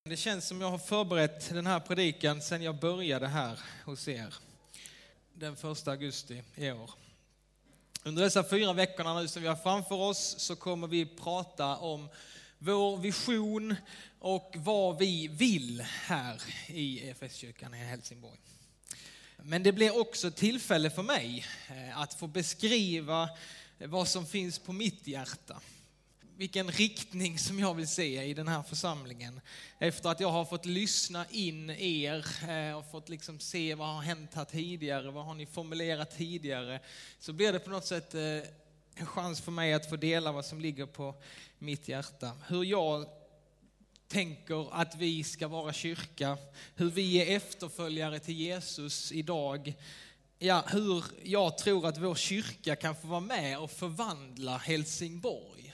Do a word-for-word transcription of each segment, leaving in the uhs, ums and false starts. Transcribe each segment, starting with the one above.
Det känns som jag har förberett den här predikan sedan jag började här hos er den första augusti i år. Under dessa fyra veckorna nu som vi har framför oss så kommer vi prata om vår vision och vad vi vill här i E F S-kyrkan i Helsingborg. Men det blir också tillfälle för mig att få beskriva vad som finns på mitt hjärta. Vilken riktning som jag vill se i den här församlingen. Efter att jag har fått lyssna in er och fått liksom se vad har hänt här tidigare, vad har ni formulerat tidigare. Så blir det på något sätt en chans för mig att få dela vad som ligger på mitt hjärta. Hur jag tänker att vi ska vara kyrka, hur vi är efterföljare till Jesus idag. Ja, hur jag tror att vår kyrka kan få vara med och förvandla Helsingborg,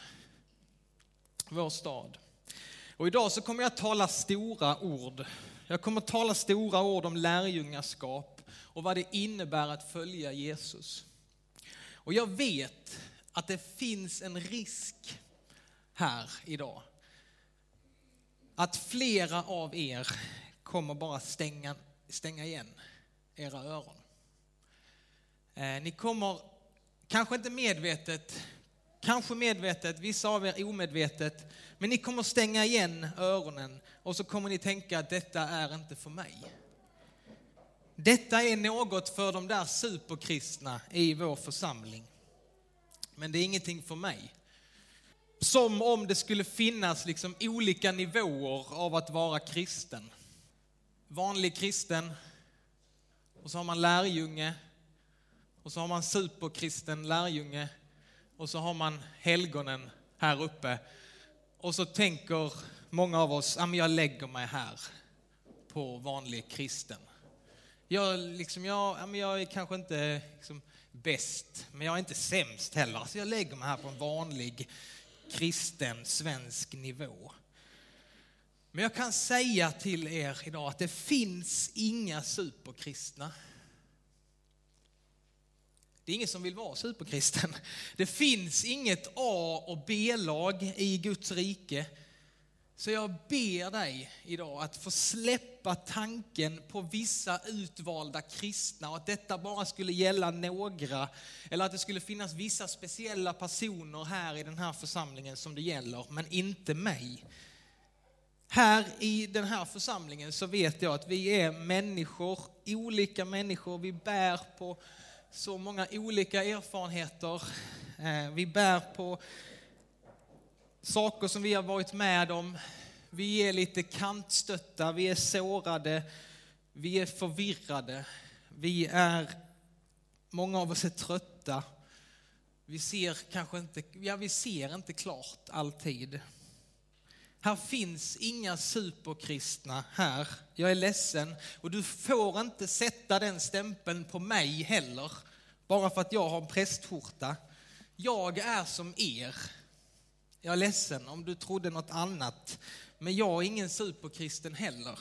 vår stad. Och idag så kommer jag tala stora ord. Jag kommer tala stora ord om lärjungaskap och vad det innebär att följa Jesus. Och jag vet att det finns en risk här idag. Att flera av er kommer bara stänga, stänga igen era öron. Eh, ni kommer kanske inte medvetet, kanske medvetet, vissa av er omedvetet, men ni kommer stänga igen öronen och så kommer ni tänka att detta är inte för mig. Detta är något för de där superkristna i vår församling. Men det är ingenting för mig. Som om det skulle finnas liksom olika nivåer av att vara kristen. Vanlig kristen, och så har man lärjunge, och så har man superkristen lärjunge, och så har man helgonen här uppe. Och så tänker många av oss, ja men jag lägger mig här på vanlig kristen. Jag, liksom, jag, ja, men jag är kanske inte liksom bäst, men jag är inte sämst heller. Så jag lägger mig här på en vanlig kristen svensk nivå. Men jag kan säga till er idag att det finns inga superkristna. Det är ingen som vill vara superkristen. Det finns inget A- och B-lag i Guds rike. Så jag ber dig idag att få släppa tanken på vissa utvalda kristna och att detta bara skulle gälla några, eller att det skulle finnas vissa speciella personer här i den här församlingen som det gäller, men inte mig. Här i den här församlingen så vet jag att vi är människor, olika människor, vi bär på så många olika erfarenheter, vi bär på saker som vi har varit med om. Vi är lite kantstötta, vi är sårade, vi är förvirrade. Vi är, många av oss är trötta. Vi ser kanske inte, ja vi ser inte klart alltid. Här finns inga superkristna här. Jag är ledsen och du får inte sätta den stämpeln på mig heller. Bara för att jag har en prästskjorta. Jag är som er. Jag är ledsen om du trodde något annat. Men jag är ingen superkristen heller.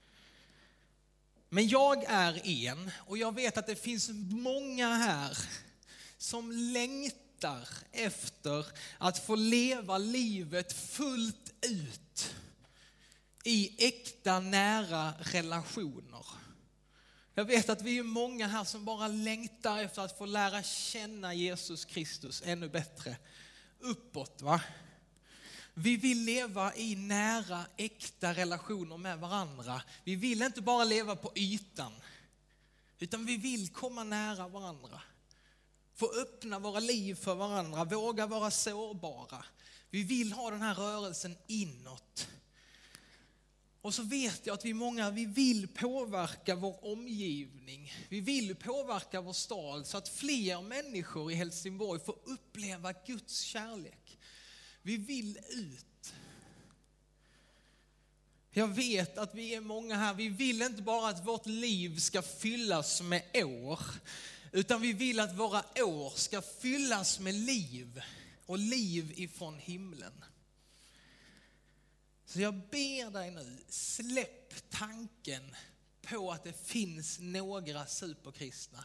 Men jag är en. Och jag vet att det finns många här som längtar efter att få leva livet fullt ut. I äkta nära relationer. Jag vet att vi är många här som bara längtar efter att få lära känna Jesus Kristus ännu bättre. Uppåt, va? Vi vill leva i nära, äkta relationer med varandra. Vi vill inte bara leva på ytan. Utan vi vill komma nära varandra. Få öppna våra liv för varandra. Våga vara sårbara. Vi vill ha den här rörelsen inåt. Och så vet jag att vi många, vi vill påverka vår omgivning. Vi vill påverka vår stad så att fler människor i Helsingborg får uppleva Guds kärlek. Vi vill ut. Jag vet att vi är många här. Vi vill inte bara att vårt liv ska fyllas med år. Utan vi vill att våra år ska fyllas med liv. Och liv ifrån himlen. Så jag ber dig nu, släpp tanken på att det finns några superkristna.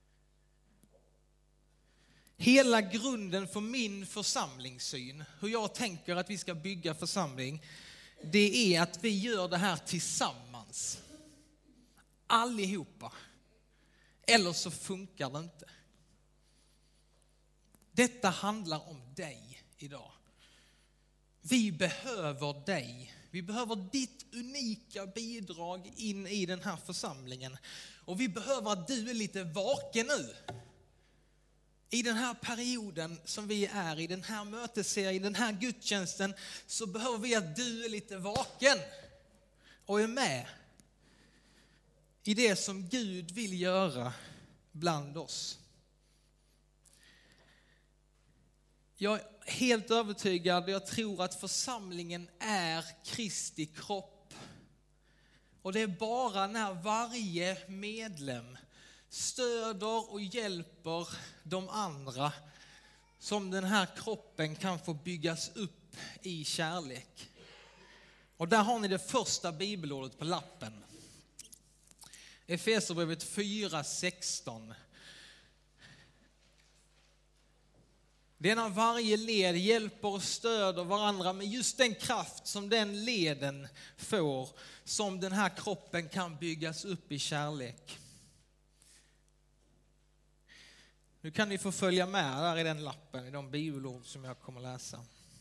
Hela grunden för min församlingssyn, hur jag tänker att vi ska bygga församling, det är att vi gör det här tillsammans. Allihopa. Eller så funkar det inte. Detta handlar om dig idag. Vi behöver dig. Vi behöver ditt unika bidrag in i den här församlingen. Och vi behöver att du är lite vaken nu. I den här perioden som vi är i, den här mötesserien, den här gudstjänsten, så behöver vi att du är lite vaken och är med i det som Gud vill göra bland oss. Jag är helt övertygad, jag tror att församlingen är Kristi kropp. Och det är bara när varje medlem stöder och hjälper de andra som den här kroppen kan få byggas upp i kärlek. Och där har ni det första bibelordet på lappen. Efesierbrevet fyra sexton. Det är när varje led hjälper och stöder varandra med just den kraft som den leden får, som den här kroppen kan byggas upp i kärlek. Nu kan ni få följa med där i den lappen, i de bibelord som jag kommer läsa.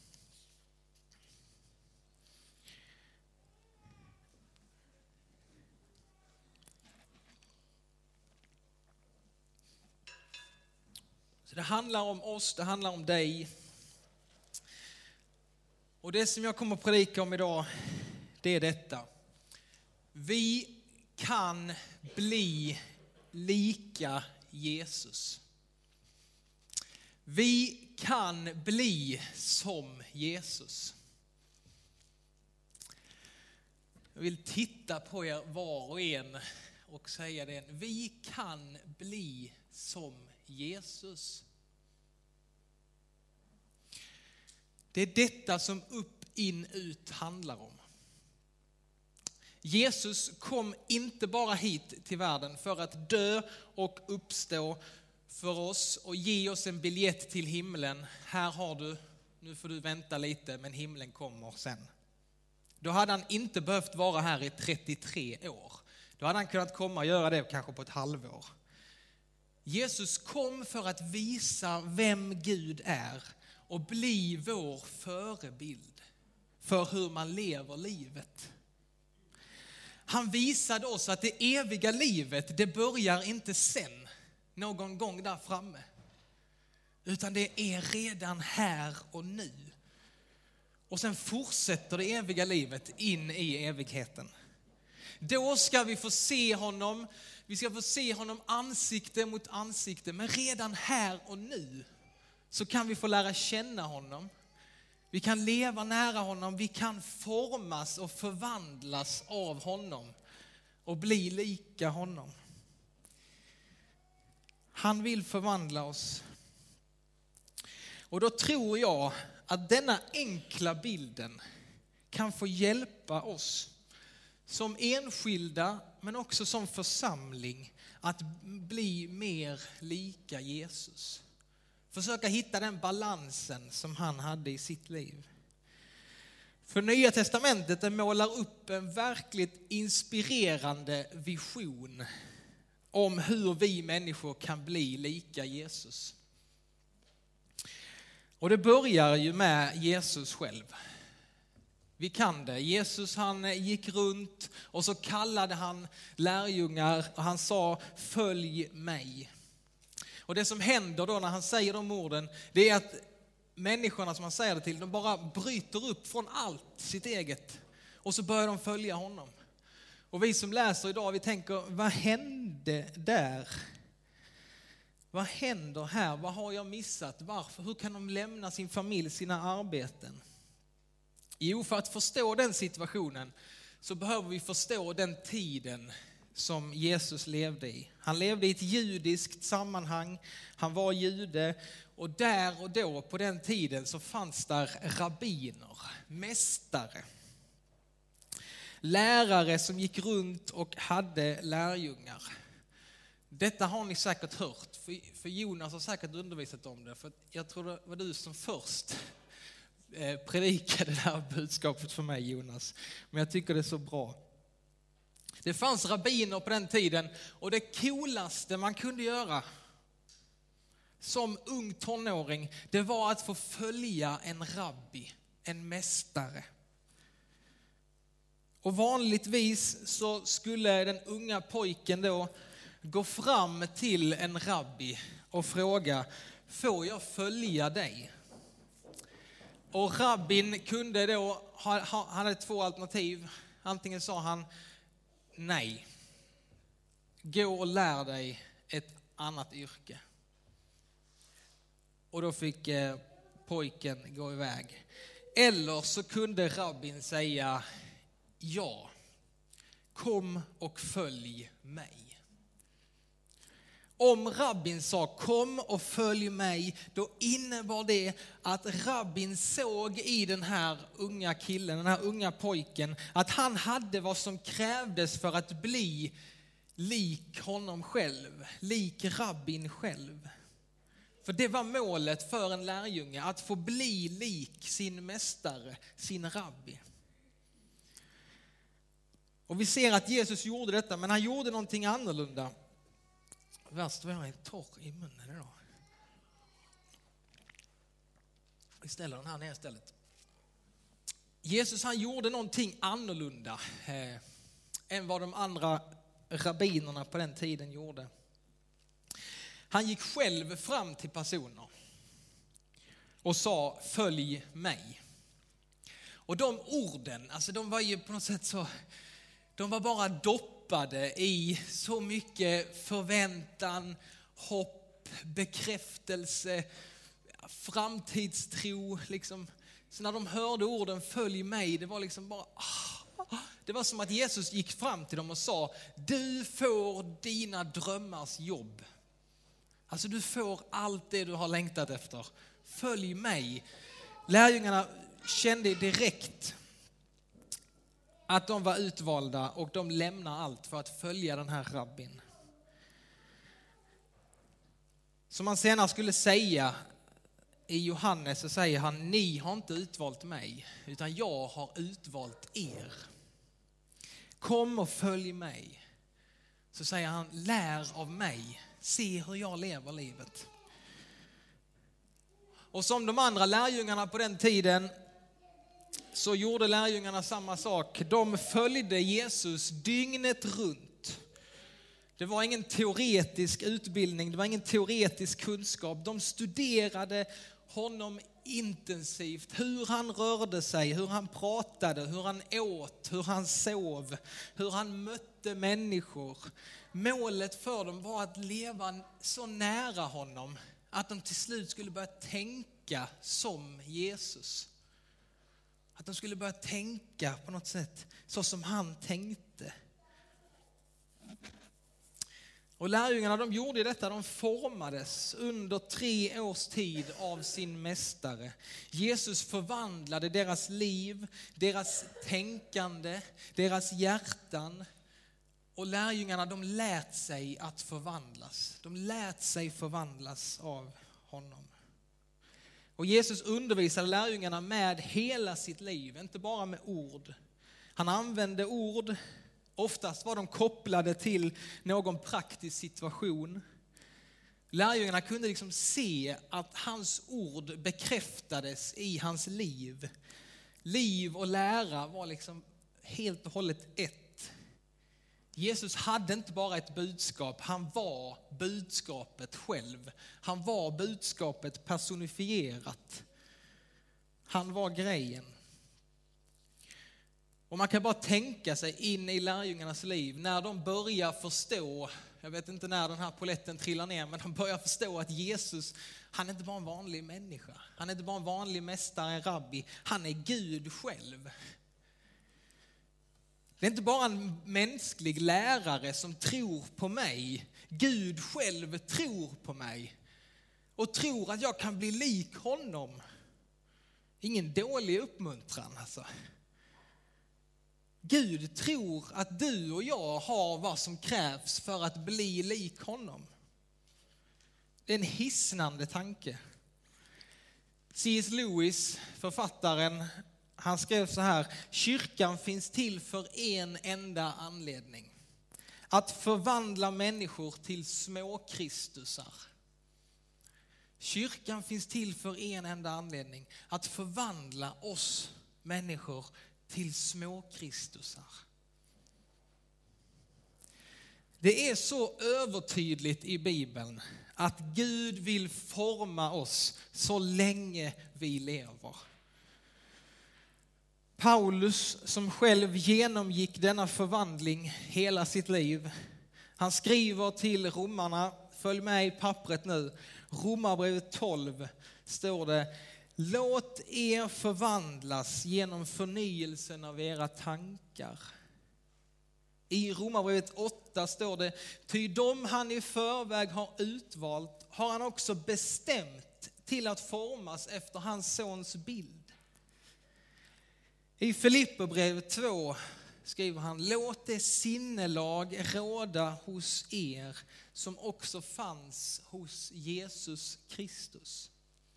Så det handlar om oss, det handlar om dig. Och det som jag kommer att predika om idag, det är detta. Vi kan bli lika Jesus. Vi kan bli som Jesus. Jag vill titta på er var och en och säga det. Vi kan bli som Jesus. Det är detta som upp, in, ut handlar om. Jesus kom inte bara hit till världen för att dö och uppstå för oss och ge oss en biljett till himlen. Här har du, nu får du vänta lite, men himlen kommer sen. Då hade han inte behövt vara här i trettiotre år. Då hade han kunnat komma och göra det kanske på ett halvår. Jesus kom för att visa vem Gud är och bli vår förebild för hur man lever livet. Han visade oss att det eviga livet, det börjar inte sen, någon gång där framme. Utan det är redan här och nu. Och sen fortsätter det eviga livet in i evigheten. Då ska vi få se honom, vi ska få se honom ansikte mot ansikte. Men redan här och nu så kan vi få lära känna honom. Vi kan leva nära honom, vi kan formas och förvandlas av honom och bli lika honom. Han vill förvandla oss. Och då tror jag att denna enkla bilden kan få hjälpa oss som enskilda men också som församling att bli mer lika Jesus. Försöka hitta den balansen som han hade i sitt liv. För Nya testamentet det målar upp en verkligt inspirerande vision om hur vi människor kan bli lika Jesus. Och det börjar ju med Jesus själv. Vi kan det. Jesus han gick runt och så kallade han lärjungar och han sa följ mig. Och det som händer då när han säger de orden, det är att människorna som han säger det till, de bara bryter upp från allt sitt eget och så börjar de följa honom. Och vi som läser idag, vi tänker, vad hände där? Vad händer här? Vad har jag missat? Varför? Hur kan de lämna sin familj, sina arbeten? Jo, för att förstå den situationen så behöver vi förstå den tiden som Jesus levde i. Han levde i ett judiskt sammanhang. Han var jude och där och då på den tiden så fanns där rabbiner, mästare. Lärare som gick runt och hade lärjungar. Detta har ni säkert hört, för Jonas har säkert undervisat om det. För jag tror det var du som först eh, predika det här budskapet för mig, Jonas. Men jag tycker det är så bra. Det fanns rabbiner på den tiden och det coolaste man kunde göra som ung tonåring, det var att få följa en rabbi, en mästare. Och vanligtvis så skulle den unga pojken då gå fram till en rabbi och fråga: får jag följa dig? Och rabbin kunde då, han hade två alternativ. Antingen sa han nej, gå och lär dig ett annat yrke. Och då fick eh, pojken gå iväg. Eller så kunde rabbin säga: ja, kom och följ mig. Om rabbin sa kom och följ mig, då innebar det att rabbin såg i den här unga killen, den här unga pojken, att han hade vad som krävdes för att bli lik honom själv, lik rabbin själv. För det var målet för en lärjunge, att få bli lik sin mästare, sin rabbi. Och vi ser att Jesus gjorde detta, men han gjorde någonting annorlunda. Värst var jag är torr i munnen idag. Vi ställer den här ner istället. Jesus, han gjorde någonting annorlunda eh, än vad de andra rabbinerna på den tiden gjorde. Han gick själv fram till personer och sa: följ mig. Och de orden, alltså de var ju på något sätt så, de var bara doppade i så mycket förväntan, hopp, bekräftelse, framtidstro. Liksom. Så när de hörde orden följ mig, det var liksom bara, det var som att Jesus gick fram till dem och sa: du får dina drömmars jobb. Alltså du får allt det du har längtat efter. Följ mig. Lärjungarna kände direkt att de var utvalda och de lämnar allt för att följa den här rabbin. Som han senare skulle säga i Johannes, så säger han: ni har inte utvalt mig, utan jag har utvalt er. Kom och följ mig. Så säger han: lär av mig. Se hur jag lever livet. Och som de andra lärjungarna på den tiden så gjorde lärjungarna samma sak. De följde Jesus dygnet runt. Det var ingen teoretisk utbildning, det var ingen teoretisk kunskap. De studerade honom intensivt, hur han rörde sig, hur han pratade, hur han åt, hur han sov, hur han mötte människor. Målet för dem var att leva så nära honom att de till slut skulle börja tänka som Jesus. Att de skulle börja tänka på något sätt så som han tänkte. Och lärjungarna, de gjorde detta, de formades under tre års tid av sin mästare. Jesus förvandlade deras liv, deras tänkande, deras hjärtan. Och lärjungarna, de lät sig att förvandlas. De lät sig förvandlas av honom. Och Jesus undervisade lärjungarna med hela sitt liv, inte bara med ord. Han använde ord. Oftast var de kopplade till någon praktisk situation. Lärjungarna kunde liksom se att hans ord bekräftades i hans liv. Liv och lära var liksom helt och hållet ett. Jesus hade inte bara ett budskap, han var budskapet själv. Han var budskapet personifierat. Han var grejen. Och man kan bara tänka sig in i lärjungarnas liv när de börjar förstå, jag vet inte när den här poletten trillar ner, men de börjar förstå att Jesus, han är inte bara en vanlig människa. Han är inte bara en vanlig mästare, en rabbi. Han är Gud själv. Det är inte bara en mänsklig lärare som tror på mig. Gud själv tror på mig och tror att jag kan bli lik honom. Ingen dålig uppmuntran alltså. Gud tror att du och jag har vad som krävs för att bli lik honom. Det är en hisnande tanke. C S Lewis, författaren, han skrev så här: kyrkan finns till för en enda anledning. Att förvandla människor till små Kristusar. Kyrkan finns till för en enda anledning. Att förvandla oss människor till små Kristusar. Det är så övertydligt i Bibeln att Gud vill forma oss så länge vi lever. Paulus, som själv genomgick denna förvandling hela sitt liv, han skriver till romarna, följ med i pappret nu, Romarbrevet tolv står det: låt er förvandlas genom förnyelsen av era tankar. I Romarbrevet åtta står det: ty de han i förväg har utvalt har han också bestämt till att formas efter hans sons bild. I Filipperbrevet två skriver han: låt det sinnelag råda hos er som också fanns hos Jesus Kristus.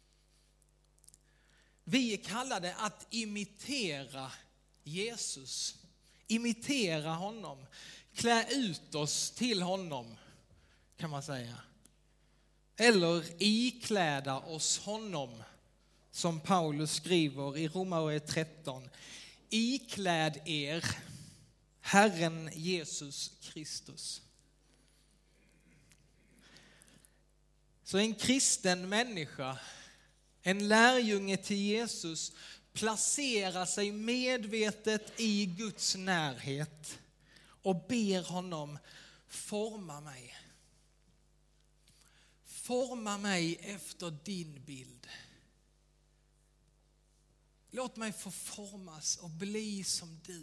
Vi är kallade att imitera Jesus. Imitera honom. Klä ut oss till honom, kan man säga. Eller ikläda oss honom, som Paulus skriver i Romarbrevet tretton. Ikläd er Herren Jesus Kristus. Så en kristen människa, en lärjunge till Jesus, placerar sig medvetet i Guds närhet och ber honom: forma mig. Forma mig efter din bild. Låt mig få formas och bli som du.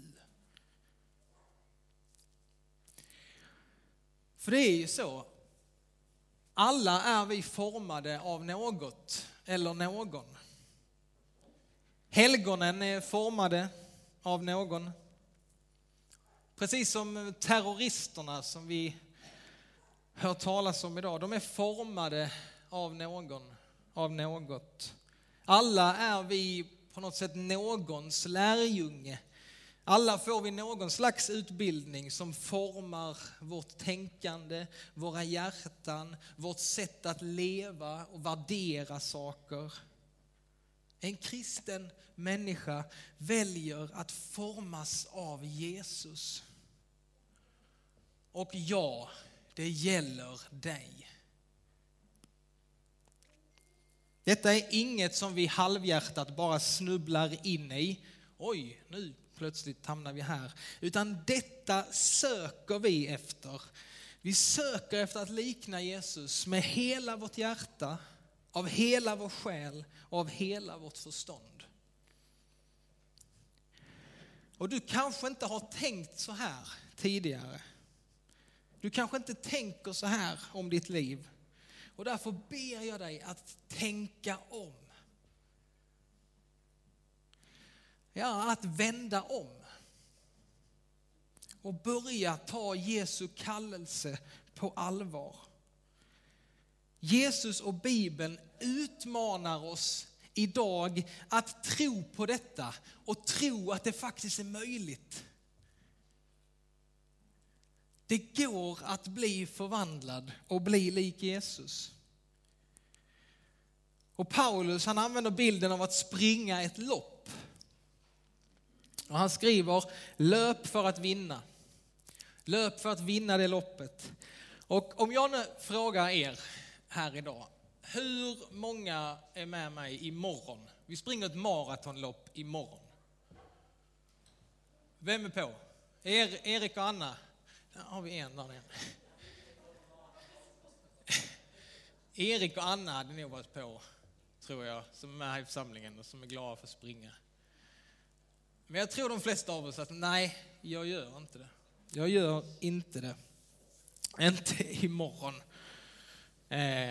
För det är ju så. Alla är vi formade av något eller någon. Helgonen är formade av någon. Precis som terroristerna som vi hör talas om idag. De är formade av någon, av något. Alla är vi på något sätt någons lärjunge. Alla får vi någon slags utbildning som formar vårt tänkande, våra hjärtan, vårt sätt att leva och värdera saker. En kristen människa väljer att formas av Jesus. Och ja, det gäller dig. Detta är inget som vi halvhjärtat bara snubblar in i. Oj, nu plötsligt hamnar vi här. Utan detta söker vi efter. Vi söker efter att likna Jesus med hela vårt hjärta, av hela vår själ och av hela vårt förstånd. Och du kanske inte har tänkt så här tidigare. Du kanske inte tänker så här om ditt liv. Och därför ber jag dig att tänka om. Ja, att vända om. Och börja ta Jesu kallelse på allvar. Jesus och Bibeln utmanar oss idag att tro på detta och tro att det faktiskt är möjligt. Det går att bli förvandlad och bli lik Jesus. Och Paulus, han använder bilden av att springa ett lopp. Och han skriver: löp för att vinna. Löp för att vinna det loppet. Och om jag nu frågar er här idag: hur många är med mig imorgon? Vi springer ett maratonlopp imorgon. Vem är på? Er, Erik och Anna? Där har vi en där nere. Erik och Anna hade nog varit på, tror jag, som är med här i församlingen och som är glada för att springa. Men jag tror de flesta av oss att nej, jag gör inte det. Jag gör inte det. Inte imorgon. Eh.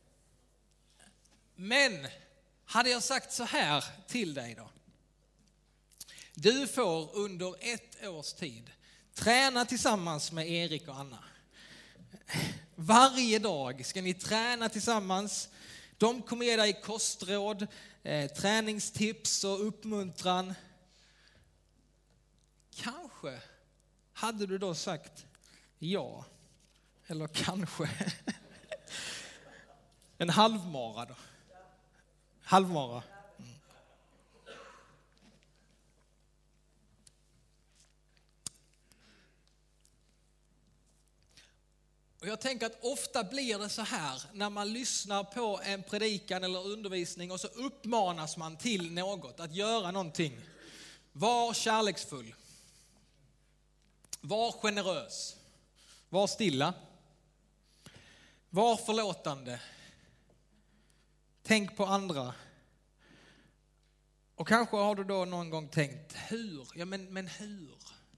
Men hade jag sagt så här till dig då: du får under ett års tid träna tillsammans med Erik och Anna. Varje dag ska ni träna tillsammans. De kommer ge dig kostråd, eh, träningstips och uppmuntran. Kanske hade du då sagt ja, eller kanske en halvmara då. Halvmara. Mm. Och jag tänker att ofta blir det så här när man lyssnar på en predikan eller undervisning och så uppmanas man till något, att göra någonting. Var kärleksfull. Var generös. Var stilla. Var förlåtande. Tänk på andra. Och kanske har du då någon gång tänkt, hur? Ja men, men hur?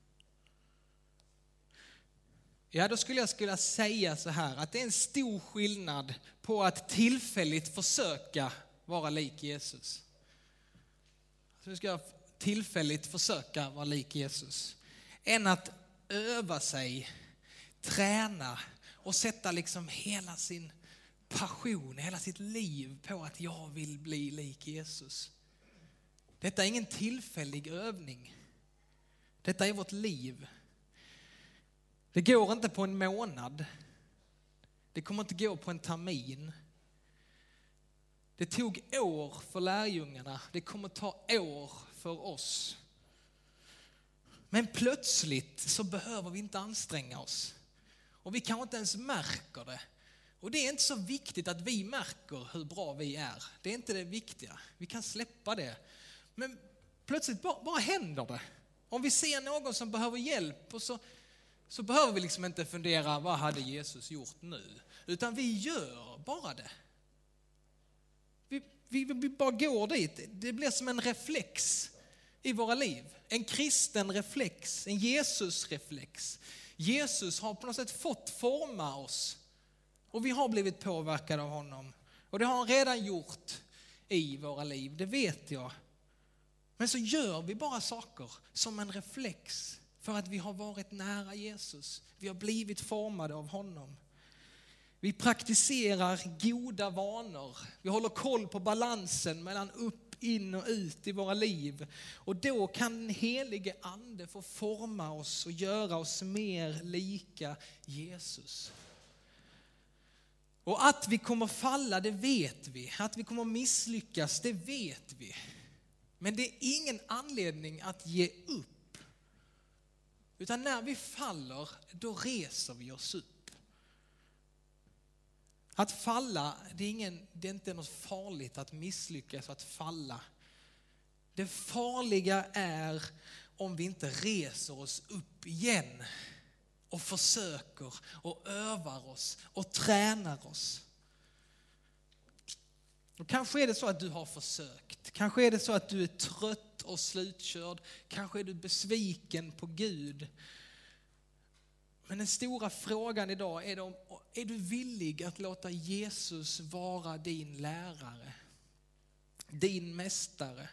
Ja, då skulle jag skulle säga så här, att det är en stor skillnad på att tillfälligt försöka vara lik Jesus. Så nu ska jag tillfälligt försöka vara lik Jesus. Än att öva sig, träna och sätta liksom hela sin passion, hela sitt liv på att jag vill bli lik Jesus. Detta är ingen tillfällig övning. Detta är vårt liv. Det går inte på en månad. Det kommer inte gå på en termin. Det tog år för lärjungarna. Det kommer ta år för oss. Men plötsligt så behöver vi inte anstränga oss. Och vi kanske inte ens märker det. Och det är inte så viktigt att vi märker hur bra vi är. Det är inte det viktiga. Vi kan släppa det. Men plötsligt bara, bara händer det. Om vi ser någon som behöver hjälp och så, så behöver vi liksom inte fundera, vad hade Jesus gjort nu? Utan vi gör bara det. Vi, vi, vi bara går dit. Det blir som en reflex i våra liv. En kristen reflex, en Jesus-reflex. Jesus har på något sätt fått forma oss. Och vi har blivit påverkade av honom. Och det har han redan gjort i våra liv, det vet jag. Men så gör vi bara saker som en reflex för att vi har varit nära Jesus. Vi har blivit formade av honom. Vi praktiserar goda vanor. Vi håller koll på balansen mellan upp, in och ut i våra liv. Och då kan den helige ande få forma oss och göra oss mer lika Jesus. Och att vi kommer falla, det vet vi. Att vi kommer misslyckas, det vet vi. Men det är ingen anledning att ge upp. Utan när vi faller, då reser vi oss upp. Att falla, det är, ingen, det är inte något farligt att misslyckas, att falla. Det farliga är om vi inte reser oss upp igen. Och försöker och övar oss och tränar oss. Och kanske är det så att du har försökt. Kanske är det så att du är trött och slutkörd. Kanske är du besviken på Gud. Men den stora frågan idag är om, är du villig att låta Jesus vara din lärare? Din mästare?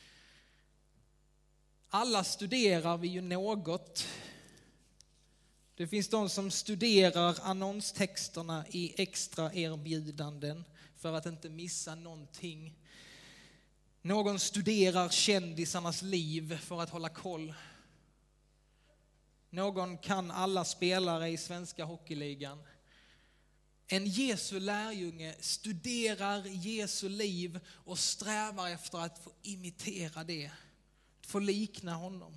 Alla studerar vi ju något. Det finns de som studerar annonstexterna i extra erbjudanden för att inte missa någonting. Någon studerar kändisarnas liv för att hålla koll. Någon kan alla spelare i svenska hockeyligan. En Jesu lärjunge studerar Jesu liv och strävar efter att få imitera det. Att få likna honom.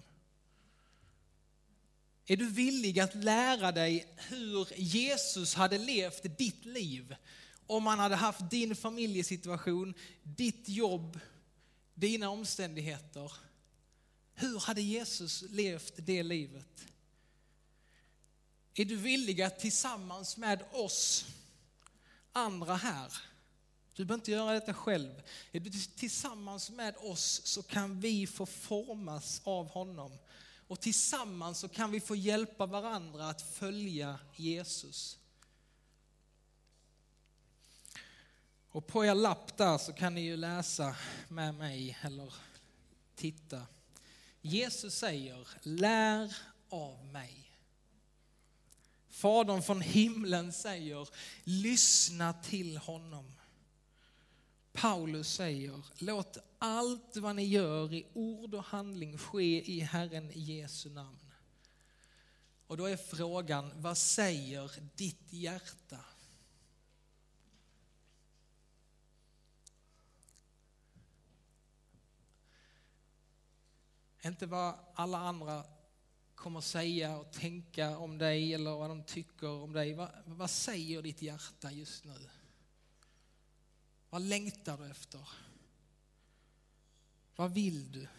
Är du villig att lära dig hur Jesus hade levt ditt liv om han hade haft din familjesituation, ditt jobb, dina omständigheter? Hur hade Jesus levt det livet? Är du villig att tillsammans med oss andra här, du behöver inte göra detta själv, är du tillsammans med oss så kan vi få formas av honom. Och tillsammans så kan vi få hjälpa varandra att följa Jesus. Och på er lapp där så kan ni ju läsa med mig eller titta. Jesus säger, lär av mig. Fadern från himlen säger, lyssna till honom. Paulus säger, låt allt vad ni gör i ord och handling ske i Herren Jesu namn. Och då är frågan, vad säger ditt hjärta? Inte vad alla andra kommer säga och tänka om dig eller vad de tycker om dig. Vad, vad säger ditt hjärta just nu? Vad längtar du efter? Vad vill du?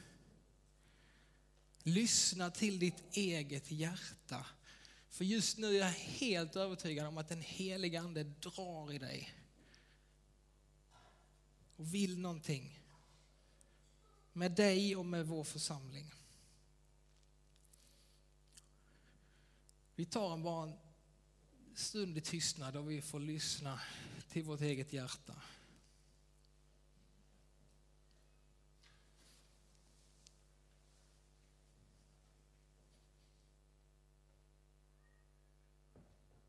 Lyssna till ditt eget hjärta. För just nu är jag helt övertygad om att den heliga ande drar i dig. Och vill någonting. Med dig och med vår församling. Vi tar en bara en stund i tystnad och vi får lyssna till vårt eget hjärta.